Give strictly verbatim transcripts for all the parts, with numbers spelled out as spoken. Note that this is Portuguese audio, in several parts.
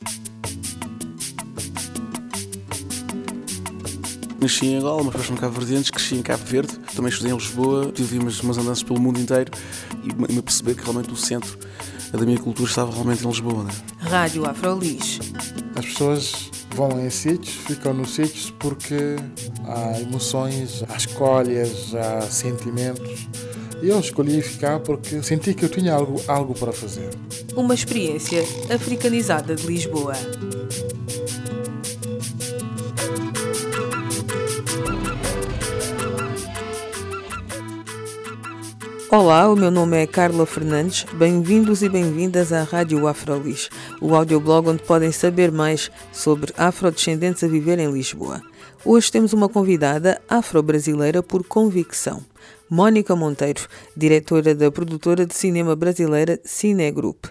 Nasci em Angola, mas depois fui cabo-verdientes, cresci em Cabo Verde, também estudei em Lisboa, tive umas, umas andanças pelo mundo inteiro e me, me perceber que realmente o centro da minha cultura estava realmente em Lisboa. Né? Rádio Afrolis. As pessoas vão em sítios, ficam nos sítios porque há emoções, há escolhas, há sentimentos. E eu escolhi ficar porque senti que eu tinha algo, algo para fazer. Uma experiência africanizada de Lisboa. Olá, o meu nome é Carla Fernandes. Bem-vindos e bem-vindas à Rádio Afrolis, o audioblog onde podem saber mais sobre afrodescendentes a viver em Lisboa. Hoje temos uma convidada afro-brasileira por convicção, Mónica Monteiro, diretora da produtora de cinema brasileira Cine Group.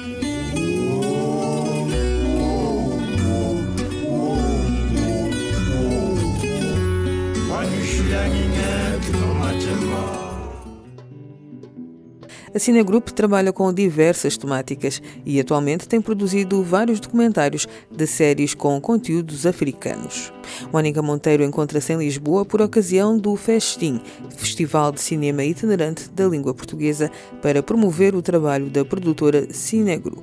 A Cine Group trabalha com diversas temáticas e atualmente tem produzido vários documentários de séries com conteúdos africanos. Mónica Monteiro encontra-se em Lisboa por ocasião do Festim, Festival de Cinema Itinerante da Língua Portuguesa, para promover o trabalho da produtora Cine Group.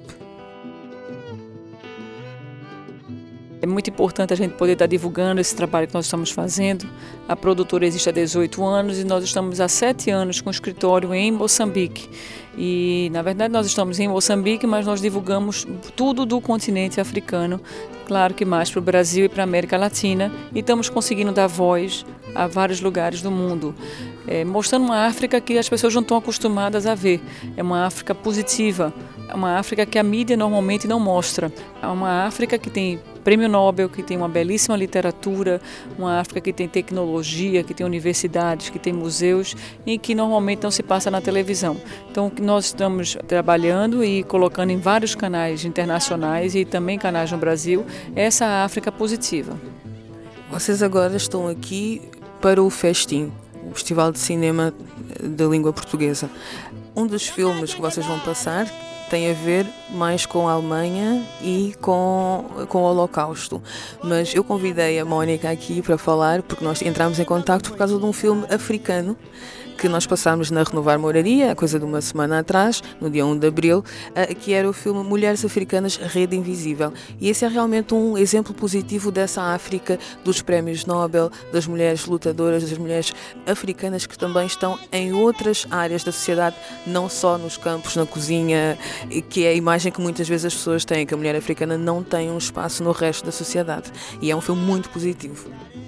É muito importante a gente poder estar divulgando esse trabalho que nós estamos fazendo. A produtora existe há dezoito anos e nós estamos há sete anos com o escritório em Moçambique. E, na verdade, nós estamos em Moçambique, mas nós divulgamos tudo do continente africano, claro que mais para o Brasil e para a América Latina, e estamos conseguindo dar voz a vários lugares do mundo, é, mostrando uma África que as pessoas não estão acostumadas a ver. É uma África positiva, é uma África que a mídia normalmente não mostra. É uma África que tem Prêmio Nobel, que tem uma belíssima literatura, uma África que tem tecnologia, que tem universidades, que tem museus e que normalmente não se passa na televisão. Então, nós estamos trabalhando e colocando em vários canais internacionais e também canais no Brasil essa África positiva. Vocês agora estão aqui para o Festim, o Festival de Cinema da Língua Portuguesa. Um dos filmes que vocês vão passar tem a ver mais com a Alemanha e com, com o Holocausto. Mas eu convidei a Mónica aqui para falar, porque nós entramos em contacto por causa de um filme africano que nós passámos na Renovar Moraria, há coisa de uma semana atrás, no dia um de abril, que era o filme Mulheres Africanas, Rede Invisível. E esse é realmente um exemplo positivo dessa África, dos prémios Nobel, das mulheres lutadoras, das mulheres africanas que também estão em outras áreas da sociedade, não só nos campos, na cozinha, que é a imagem que muitas vezes as pessoas têm, que a mulher africana não tem um espaço no resto da sociedade. E é um filme muito positivo.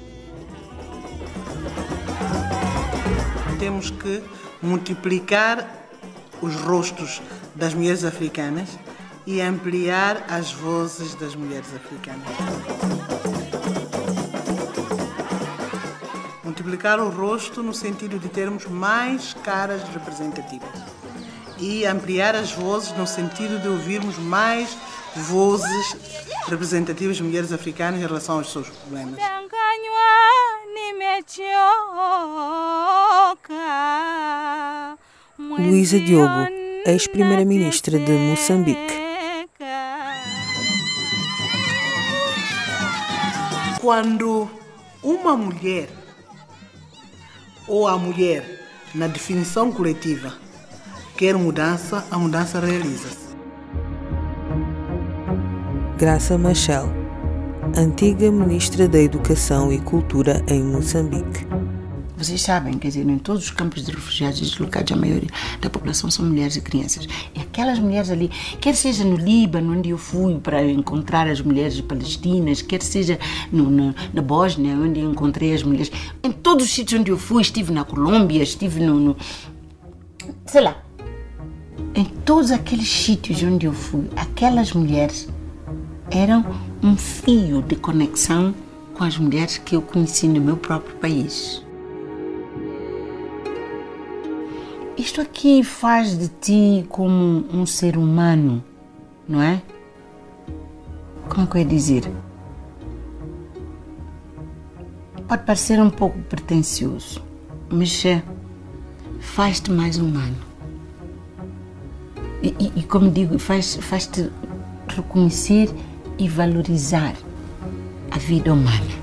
Temos que multiplicar os rostos das mulheres africanas e ampliar as vozes das mulheres africanas. Multiplicar o rosto no sentido de termos mais caras representativas e ampliar as vozes no sentido de ouvirmos mais vozes representativas de mulheres africanas em relação aos seus problemas. Luísa Diogo, ex-primeira-ministra de Moçambique. Quando uma mulher, ou a mulher, na definição coletiva, quer mudança, a mudança realiza-se. Graça Machel, antiga ministra da Educação e Cultura em Moçambique. Vocês sabem, quer dizer, em todos os campos de refugiados deslocados, a maioria da população são mulheres e crianças. E aquelas mulheres ali, quer seja no Líbano, onde eu fui para encontrar as mulheres palestinas, quer seja no, no, na Bósnia, onde eu encontrei as mulheres, em todos os sítios onde eu fui, estive na Colômbia, estive no, no sei lá, em todos aqueles sítios onde eu fui, aquelas mulheres eram um fio de conexão com as mulheres que eu conheci no meu próprio país. Isto aqui faz de ti como um ser humano, não é? Como é que eu ia dizer? Pode parecer um pouco pretencioso, mas faz-te mais humano. E, e, e como digo, faz, faz-te reconhecer e valorizar a vida humana.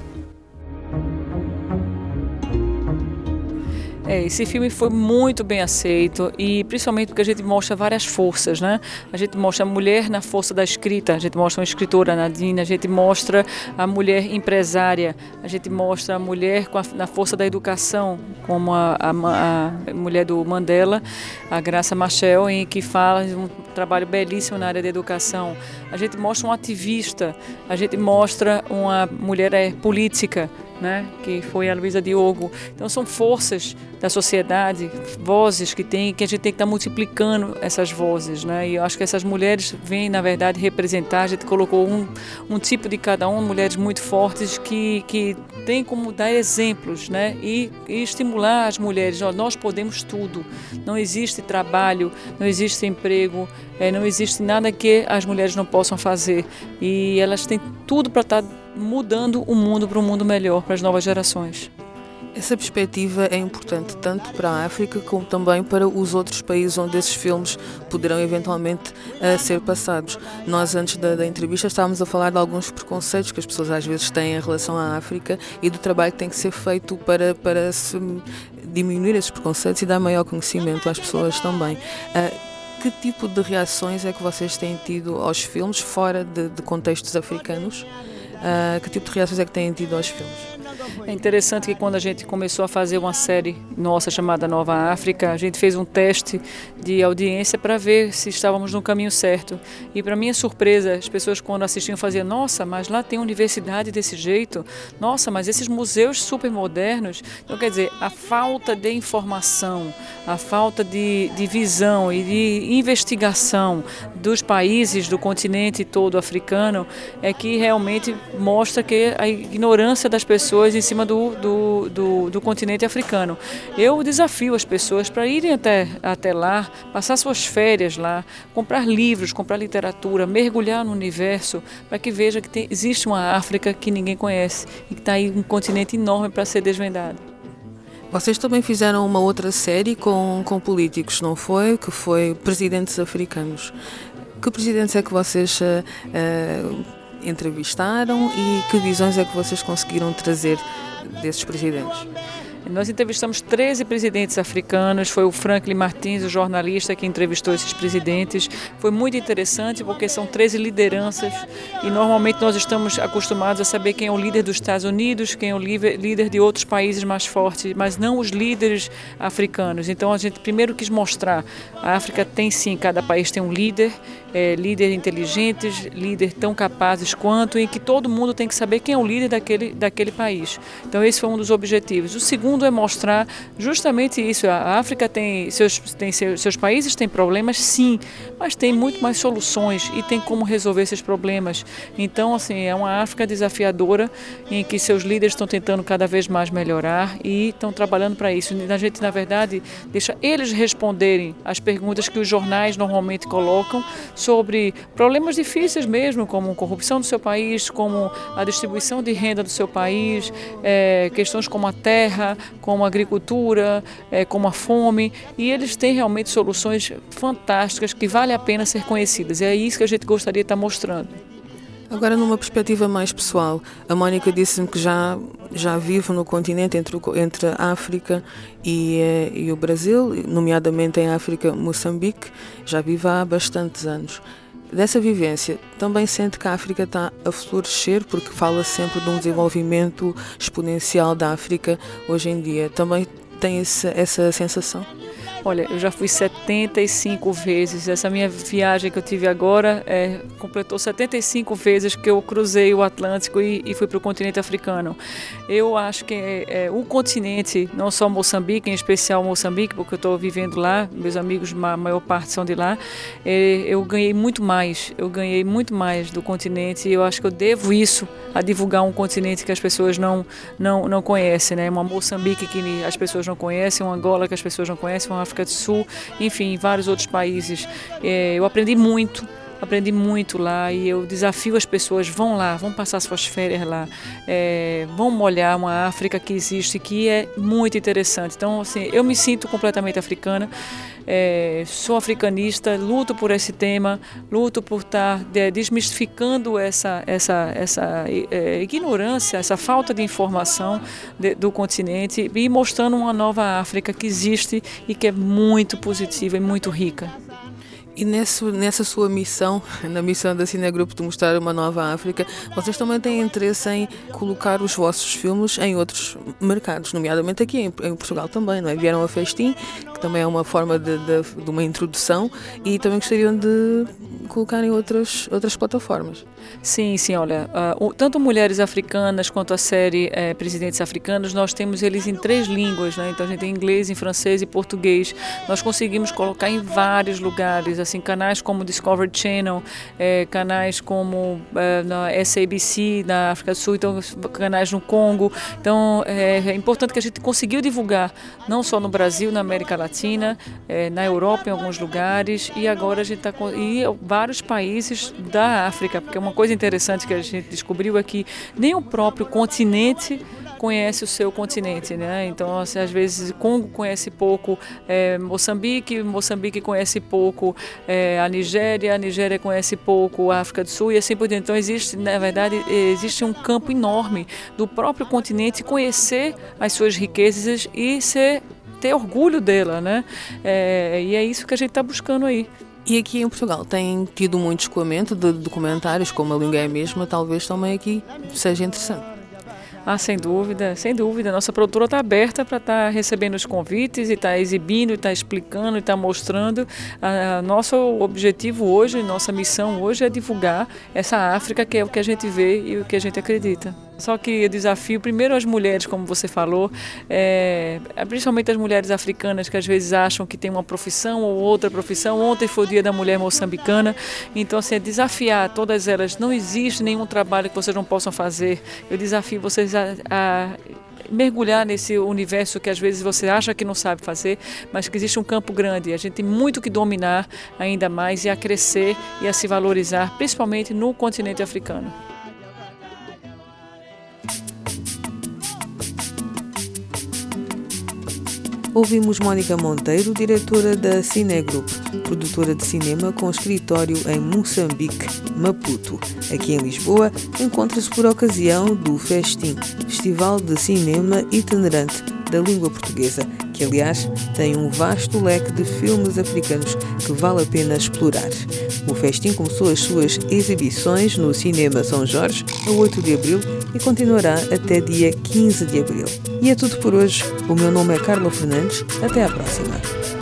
É, esse filme foi muito bem aceito e principalmente porque a gente mostra várias forças, né? A gente mostra a mulher na força da escrita, a gente mostra uma escritora, Nadine, a gente mostra a mulher empresária, a gente mostra a mulher com a, na força da educação, como a, a, a mulher do Mandela, a Graça Machel, em que fala um trabalho belíssimo na área da educação. A gente mostra um ativista, a gente mostra uma mulher é, política, né, que foi a Luísa Diogo. Então são forças da sociedade, vozes que tem, que a gente tem que estar multiplicando essas vozes, né? E eu acho que essas mulheres vêm, na verdade, representar. A gente colocou um, um tipo de cada um, mulheres muito fortes que, que tem como dar exemplos, né? E, e estimular as mulheres. Ó, nós podemos tudo. Não existe trabalho, não existe emprego, é, não existe nada que as mulheres não possam fazer. E elas têm tudo para estar mudando o mundo para um mundo melhor para as novas gerações. Essa perspectiva é importante tanto para a África como também para os outros países onde esses filmes poderão eventualmente uh, ser passados. Nós, antes da, da entrevista, estávamos a falar de alguns preconceitos que as pessoas às vezes têm em relação à África e do trabalho que tem que ser feito para, para se diminuir esses preconceitos e dar maior conhecimento às pessoas também. Uh, que tipo de reações é que vocês têm tido aos filmes fora de, de contextos africanos? Uh, que tipo de reações é que têm tido aos filmes? É interessante que quando a gente começou a fazer uma série nossa chamada Nova África, a gente fez um teste de audiência para ver se estávamos no caminho certo. E para minha surpresa, as pessoas quando assistiam faziam: nossa, mas lá tem universidade desse jeito, nossa, mas esses museus super modernos. Então, quer dizer, a falta de informação, a falta de, de visão e de investigação dos países do continente todo africano é que realmente mostra que a ignorância das pessoas em cima do, do, do, do continente africano. Eu desafio as pessoas para irem até, até lá, passar suas férias lá, comprar livros, comprar literatura, mergulhar no universo, para que veja que tem, existe uma África que ninguém conhece e que está aí um continente enorme para ser desvendado. Vocês também fizeram uma outra série com, com políticos, não foi? Que foi Presidentes Africanos. Que presidentes é que vocês uh, uh, entrevistaram e que visões é que vocês conseguiram trazer desses presidentes? Nós entrevistamos treze presidentes africanos, foi o Franklin Martins, o jornalista, que entrevistou esses presidentes. Foi muito interessante porque são treze lideranças e normalmente nós estamos acostumados a saber quem é o líder dos Estados Unidos, quem é o líder de outros países mais fortes, mas não os líderes africanos. Então a gente primeiro quis mostrar, a África tem sim, cada país tem um líder, é, líder inteligentes, líder tão capazes quanto, e que todo mundo tem que saber quem é o líder daquele, daquele país. Então esse foi um dos objetivos. O segundo é mostrar justamente isso. A África tem seus, tem seus, seus países têm problemas, sim, mas tem muito mais soluções e tem como resolver esses problemas. Então, assim, é uma África desafiadora em que seus líderes estão tentando cada vez mais melhorar e estão trabalhando para isso. A gente, na verdade, deixa eles responderem as perguntas que os jornais normalmente colocam sobre problemas difíceis mesmo, como corrupção do seu país, como a distribuição de renda do seu país, é, questões como a terra, como a agricultura, é, como a fome, e eles têm realmente soluções fantásticas que vale a pena ser conhecidas. E é isso que a gente gostaria de estar mostrando. Agora, numa perspectiva mais pessoal, a Mónica disse-me que já, já vive no continente entre, o, entre a África e, e o Brasil, nomeadamente em África, Moçambique, já vive há bastantes anos. Dessa vivência, também sente que a África está a florescer, porque fala sempre de um desenvolvimento exponencial da África hoje em dia. Também tem esse, essa sensação? Olha, eu já fui setenta e cinco vezes. Essa minha viagem que eu tive agora é, completou setenta e cinco vezes que eu cruzei o Atlântico e, e fui para o continente africano. Eu acho que é, é, o continente, não só Moçambique, em especial Moçambique, porque eu estou vivendo lá, meus amigos, a maior parte são de lá, é, eu ganhei muito mais, eu ganhei muito mais do continente e eu acho que eu devo isso a divulgar um continente que as pessoas não, não, não conhecem, né? Uma Moçambique que as pessoas não conhecem, uma Angola que as pessoas não conhecem, uma África do Sul, enfim, vários outros países. É, eu aprendi muito aprendi muito lá e eu desafio as pessoas, vão lá, vão passar suas férias lá, é, vão olhar uma África que existe, que é muito interessante. Então, assim, eu me sinto completamente africana, é, sou africanista, luto por esse tema, luto por estar desmistificando essa, essa, essa é, ignorância, essa falta de informação de, do continente e mostrando uma nova África que existe e que é muito positiva e muito rica. E nessa, nessa sua missão, na missão da Cinegrupo de mostrar uma nova África, vocês também têm interesse em colocar os vossos filmes em outros mercados, nomeadamente aqui em, em Portugal também, não é? Vieram a Festim, que também é uma forma de, de, de uma introdução, e também gostariam de colocar em outras, outras plataformas. Sim, sim, olha, uh, tanto Mulheres Africanas quanto a série uh, Presidentes Africanos, nós temos eles em três línguas, né? Então a gente tem inglês, em francês e português. Nós conseguimos colocar em vários lugares, assim, canais como Discovery Channel, eh, canais como eh, na S A B C na África do Sul, então canais no Congo. Então é, é importante que a gente conseguiu divulgar não só no Brasil, na América Latina, eh, na Europa em alguns lugares e agora a gente está com e vários países da África, porque uma coisa interessante que a gente descobriu é que nem o próprio continente conhece o seu continente, né? Então, assim, às vezes, Congo conhece pouco é, Moçambique, Moçambique conhece pouco é, a Nigéria, a Nigéria conhece pouco a África do Sul e assim por diante. Então, existe, na verdade, existe um campo enorme do próprio continente conhecer as suas riquezas e ser, ter orgulho dela, né? É, e é isso que a gente está buscando aí. E aqui em Portugal tem tido muito escoamento de documentários, como A Língua é a Mesma, talvez também aqui seja interessante. Ah, sem dúvida, sem dúvida. Nossa produtora está aberta para estar tá recebendo os convites e estar tá exibindo, e estar tá explicando, e estar tá mostrando. Ah, nosso objetivo hoje, nossa missão hoje é divulgar essa África que é o que a gente vê e o que a gente acredita. Só que o desafio, primeiro as mulheres, como você falou, é, principalmente as mulheres africanas que às vezes acham que tem uma profissão ou outra profissão. Ontem foi o dia da mulher moçambicana, então assim, é desafiar todas elas. Não existe nenhum trabalho que vocês não possam fazer. Eu desafio vocês a, a mergulhar nesse universo que às vezes você acha que não sabe fazer, mas que existe um campo grande. A gente tem muito que dominar ainda mais e a crescer e a se valorizar, principalmente no continente africano. Ouvimos Mónica Monteiro, diretora da Cinegrupo, produtora de cinema com escritório em Moçambique, Maputo. Aqui em Lisboa, encontra-se por ocasião do Festim, Festival de Cinema Itinerante da Língua Portuguesa, que aliás tem um vasto leque de filmes africanos que vale a pena explorar. O Festim começou as suas exibições no Cinema São Jorge a oito de abril e continuará até dia quinze de abril. E é tudo por hoje. O meu nome é Carla Fernandes. Até à próxima.